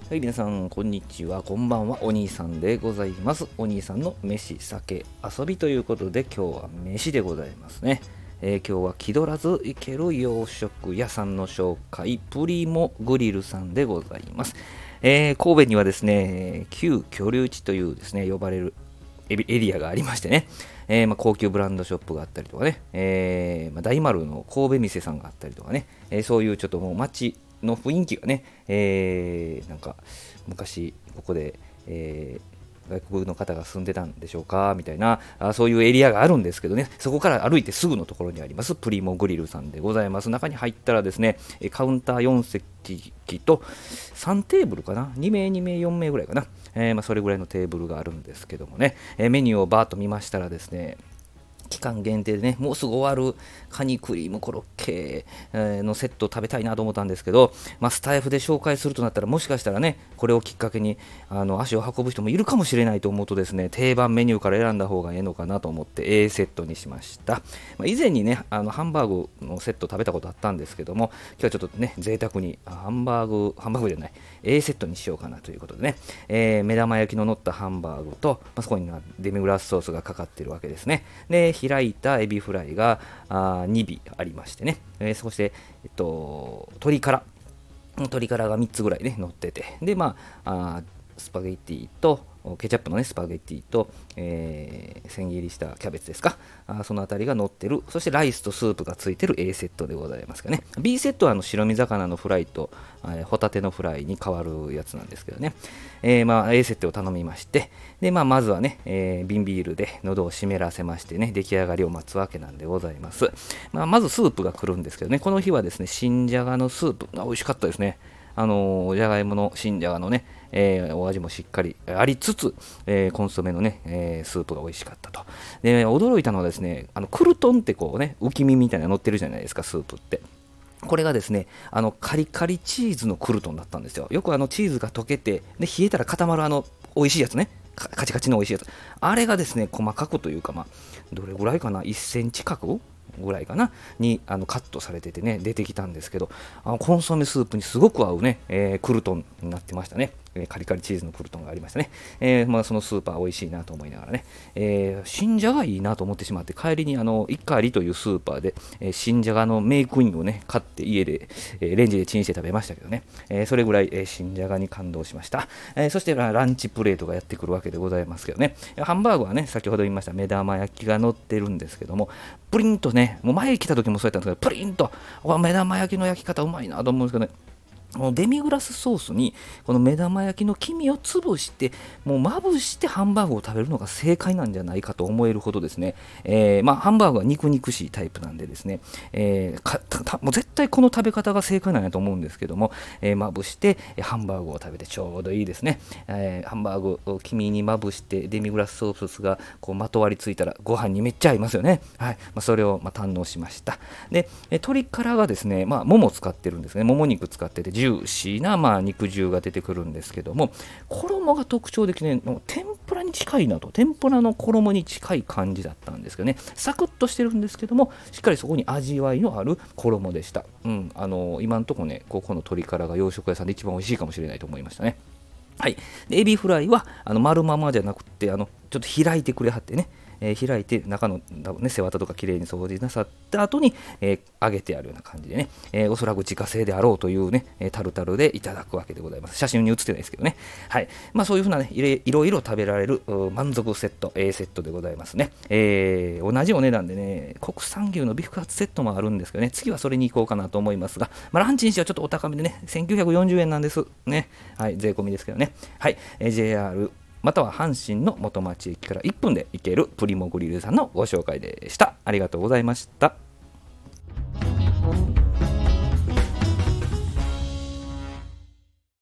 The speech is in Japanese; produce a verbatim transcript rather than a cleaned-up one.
はい、皆さん、こんにちは。こんばんは。お兄さんでございます。お兄さんの飯、酒、遊びということで、今日は飯でございますね。えー今日は気取らず行ける洋食屋さんの紹介、プリモグリルさんでございます。えー神戸にはですね、旧居留地というですね、呼ばれるエビエリアがありましてね、えーまあ、高級ブランドショップがあったりとかね、えーまあ、大丸の神戸店さんがあったりとかね、えーそういうちょっともう街の雰囲気がね、えーなんか昔ここで、えー外国の方が住んでたんでしょうかみたいなあそういうエリアがあるんですけどね、そこから歩いてすぐのところにありますプリモグリルさんでございます。中に入ったらですね、えカウンターよん席とさんテーブルかな、に名に名よん名ぐらいかな、えーまあ、それぐらいのテーブルがあるんですけどもね、えーメニューをバーッと見ましたらですね、期間限定でね、もうすぐ終わるカニクリームコロッケえーのセットを食べたいなと思ったんですけど、まあ、スタイフで紹介するとなったら、もしかしたらね、これをきっかけにあの足を運ぶ人もいるかもしれないと思うとですね、定番メニューから選んだ方がええのかなと思って A セットにしました。まあ、以前にね、あのハンバーグのセット食べたことあったんですけども、今日はちょっとね、贅沢にハンバーグ、ハンバーグじゃない、A セットにしようかなということでね、えー目玉焼きの乗ったハンバーグと、まあ、そこにはデミグラスソースがかかっているわけですね。で、開いたエビフライがあに尾ありましてね、えーそして、えっと、鶏から鶏からがみっつぐらいね乗ってて、でまああースパゲッティとケチャップのねスパゲッティと、えー千切りしたキャベツですか、あそのあたりが乗ってる、そしてライスとスープがついてる A セットでございますかね。 B セットはあの白身魚のフライと、えーホタテのフライに変わるやつなんですけどね、えーまあ、A セットを頼みまして、で、まあ、まずはね、えー瓶ビールで喉を湿らせましてね、出来上がりを待つわけなんでございます。まあ、まずスープが来るんですけどね、この日はですね、新じゃがのスープ、あ美味しかったですね。あのーじゃがいもの新じゃがのね、えーお味もしっかりありつつ、えーコンソメのね、えースープが美味しかったと。で、驚いたのはですね、あのクルトンってこうね、浮き身みたいなの乗ってるじゃないですか、スープって。これがですね、あのカリカリチーズのクルトンだったんですよ。よくあのチーズが溶けて、で冷えたら固まるあの美味しいやつね、カカチカチの美味しいやつ。あれがですね、細かくというか、まあ、どれぐらいかな、いっセンチ角ぐらいかなにあのカットされててね、出てきたんですけど、あのコンソメスープにすごく合うね、えークルトンになってましたね。えーカリカリチーズのクルトンがありましたね。えーまあ、そのスーパー美味しいなと思いながらね、えー新じゃがいいなと思ってしまって、帰りにあのイカリというスーパーで、えー新じゃがのメイクインをね買って家で、えーレンジでチンして食べましたけどね、えーそれぐらい、えー新じゃがに感動しました。えーそしてラランチプレートがやってくるわけでございますけどね、ハンバーグはね、先ほど言いました目玉焼きが乗ってるんですけども、プリンとね、もう前来た時もそうやったんですけど、プリンとわ目玉焼きの焼き方うまいなと思うんですけどね、このデミグラスソースにこの目玉焼きの黄身を潰してもうまぶしてハンバーグを食べるのが正解なんじゃないかと思えるほどですね、えーまあ、ハンバーグは肉肉しいタイプなんでですね、えーかたたもう絶対この食べ方が正解なんやと思うんですけども、えーまぶしてえーハンバーグを食べてちょうどいいですね、えーハンバーグを黄身にまぶしてデミグラスソースがこうまとわりついたらご飯にめっちゃ合いますよね。はい、まあ、それをまあ堪能しました。で、えー鶏からがですね、まあ、もも使ってるんですね。もも肉使っててジューシーな、まあ、肉汁が出てくるんですけども、衣が特徴的で、天ぷらに近いなと、天ぷらの衣に近い感じだったんですけどね、サクッとしてるんですけども、しっかりそこに味わいのある衣でした。うん、あの今のところね、ここの鶏からが洋食屋さんで一番美味しいかもしれないと思いましたね。はい、でエビフライはあの丸ままじゃなくて、あのちょっと開いてくれはってね、えー開いて中の、ね、背わたとかきれいに掃除なさった後に、えー揚げてあるような感じでね、えーおそらく自家製であろうというね、えータルタルでいただくわけでございます。写真に写ってないですけどね。はい。まあそういうふうなね、いれいろいろ食べられるう満足セット、A セットでございますね。えー同じお値段でね、国産牛のビフカツセットもあるんですけどね、次はそれに行こうかなと思いますが、まあ、ランチにしてはちょっとお高めでね、せんきゅうひゃくよんじゅうえんなんですね。はい、税込みですけどね。はい、えー ジェイアールまたは阪神の元町駅からいっぷんで行けるプリモグリルさんのご紹介でした。ありがとうございました。